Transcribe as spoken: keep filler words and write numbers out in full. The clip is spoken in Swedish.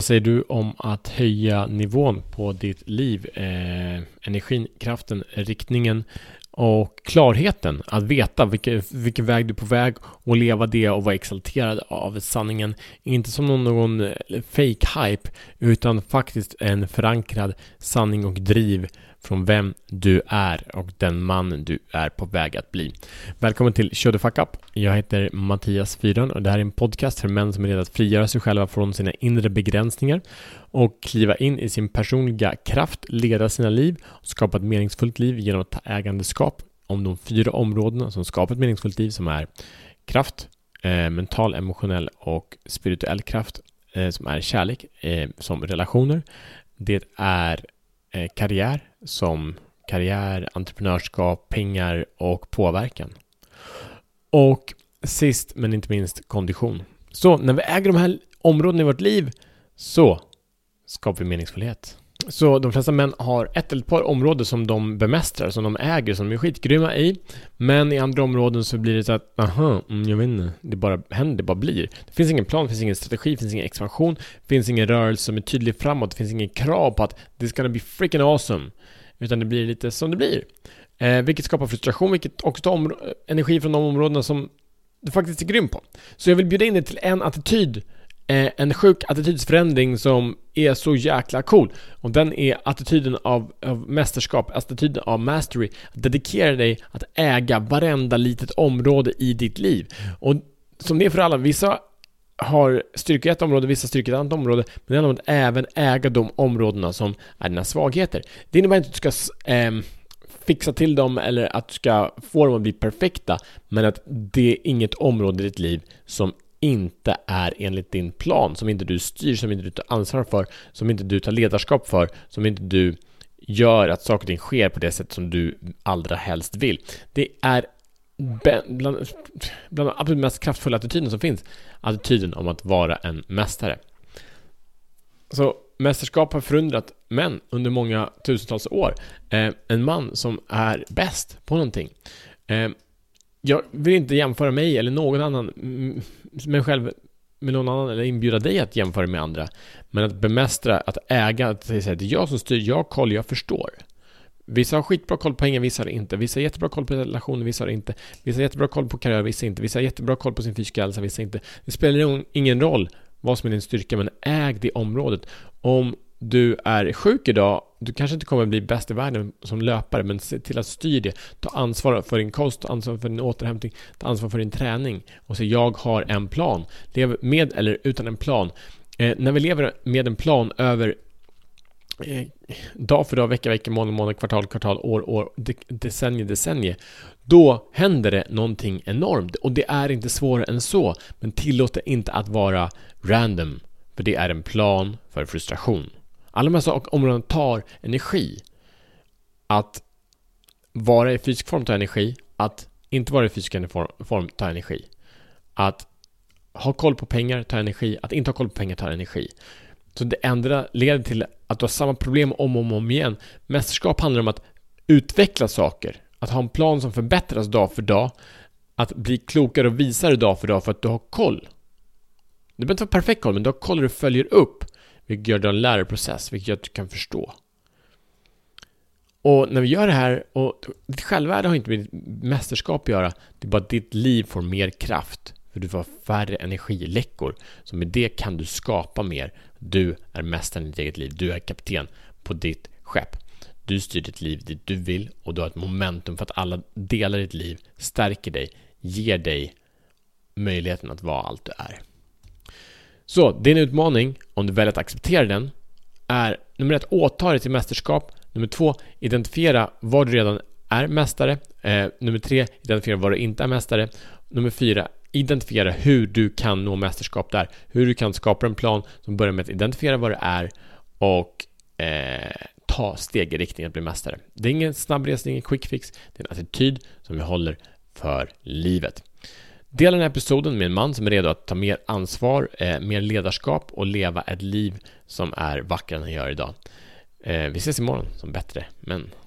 Vad säger du om att höja nivån på ditt liv, eh, energin, kraften, riktningen och klarheten? Att veta vilken, vilken väg du är på väg och leva det och vara exalterad av sanningen. Inte som någon, någon fake hype utan faktiskt en förankrad sanning och driv från vem du är och den man du är på väg att bli. Välkommen till Show the Fuck Up. Jag heter Mattias Fyran och det här är en podcast för män som är redo att frigöra sig själva från sina inre begränsningar och kliva in i sin personliga kraft, leda sina liv och skapa ett meningsfullt liv genom att ta ägandeskap om de fyra områdena som skapar ett meningsfullt liv, som är kraft, eh, mental, emotionell och spirituell kraft, eh, som är kärlek, eh, som relationer. Det är eh, karriär, som karriär, entreprenörskap, pengar och påverkan. Och sist men inte minst kondition. Så när vi äger de här områdena i vårt liv så skapar vi meningsfullhet. Så de flesta män har ett eller ett par områden som de bemästrar, som de äger, som de är skitgrymma i. Men i andra områden så blir det så att, aha, jag vet inte, det bara händer, det bara blir. Det finns ingen plan, det finns ingen strategi, det finns ingen expansion, det finns ingen rörelse som är tydlig framåt, det finns ingen krav på att det ska bli freaking awesome. Utan det blir lite som det blir. Eh, vilket skapar frustration, vilket också tar om- energi från de områdena som du faktiskt är grym på. Så jag vill bjuda in dig till en attityd, eh, en sjuk attitydsförändring som är så jäkla cool. Och den är attityden av, av mästerskap, attityden av mastery. Att dedikera dig att äga varenda litet område i ditt liv. Och som det är för alla, vissa har styrka i ett område, vissa styrka i ett annat område, men det handlar om att även äga de områdena som är dina svagheter. Det innebär inte att du ska eh, fixa till dem eller att du ska få dem att bli perfekta, men att det är inget område i ditt liv som inte är enligt din plan, som inte du styr, som inte du tar ansvar för, som inte du tar ledarskap för, som inte du gör att saker och ting sker på det sätt som du allra helst vill. Det är Bland, bland de absolut mest kraftfulla attityden som finns, attityden om att vara en mästare. Så mästerskap har förundrat män under många tusentals år. eh, En man som är bäst på någonting. eh, Jag vill inte jämföra mig eller någon annan men själv med någon annan, eller inbjuda dig att jämföra med andra, men att bemästra, att äga, att säga att det är jag som styr, jag koll, jag förstår. Vissa har skitbra koll på pengar, vissa har inte. Vissa har jättebra koll på relationer, vissa har inte. Vissa har jättebra koll på karriär, vissa inte. Vissa har jättebra koll på sin fysiska hälsa, vissa inte. Det spelar ingen roll vad som är din styrka, men äg det området. Om du är sjuk idag, du kanske inte kommer bli bäst i världen som löpare, men se till att styra det. Ta ansvar för din kost, ta ansvar för din återhämtning, ta ansvar för din träning. Och så jag har en plan. Lev med eller utan en plan. Eh, när vi lever med en plan över dag för dag, vecka, vecka, månad, månad, kvartal, kvartal, år, år, decennier, decennier, då händer det någonting enormt. Och det är inte svårare än så. Men tillåt det inte att vara random, för det är en plan för frustration. Alla de här saker, områden tar energi. Att vara i fysisk form tar energi. Att inte vara i fysisk form tar energi. Att ha koll på pengar tar energi. Att inte ha koll på pengar tar energi. Så det ändra leder till att du har samma problem om och om igen. Mästerskap handlar om att utveckla saker. Att ha en plan som förbättras dag för dag. Att bli klokare och visare dag för dag för att du har koll. Det behöver inte vara perfekt koll, men du har koll och du följer upp. Vilket gör det en läroprocess, vilket gör att du kan förstå. Och när vi gör det här, och ditt självvärde har inte med mästerskap att göra. Det är bara att ditt liv får mer kraft. För du får färre energiläckor. Så med det kan du skapa mer. Du är mästaren i ditt eget liv. Du är kapten på ditt skepp. Du styr ditt liv dit du vill. Och du har ett momentum för att alla delar i ditt liv stärker dig. Ger dig möjligheten att vara allt du är. Så din utmaning, om du väljer att acceptera den, är nummer ett, åta dig till mästerskap. Nummer två, identifiera vad du redan är mästare. Eh, nummer tre, identifiera vad du inte är mästare. Nummer fyra, identifiera hur du kan nå mästerskap där. Hur du kan skapa en plan som börjar med att identifiera vad det är och eh, ta steg i riktning att bli mästare. Det är ingen snabb resa, ingen quick fix. Det är en attityd som vi håller för livet. Dela den här episoden med en man som är redo att ta mer ansvar, eh, mer ledarskap och leva ett liv som är vackrare än han gör idag. Eh, vi ses imorgon som bättre män.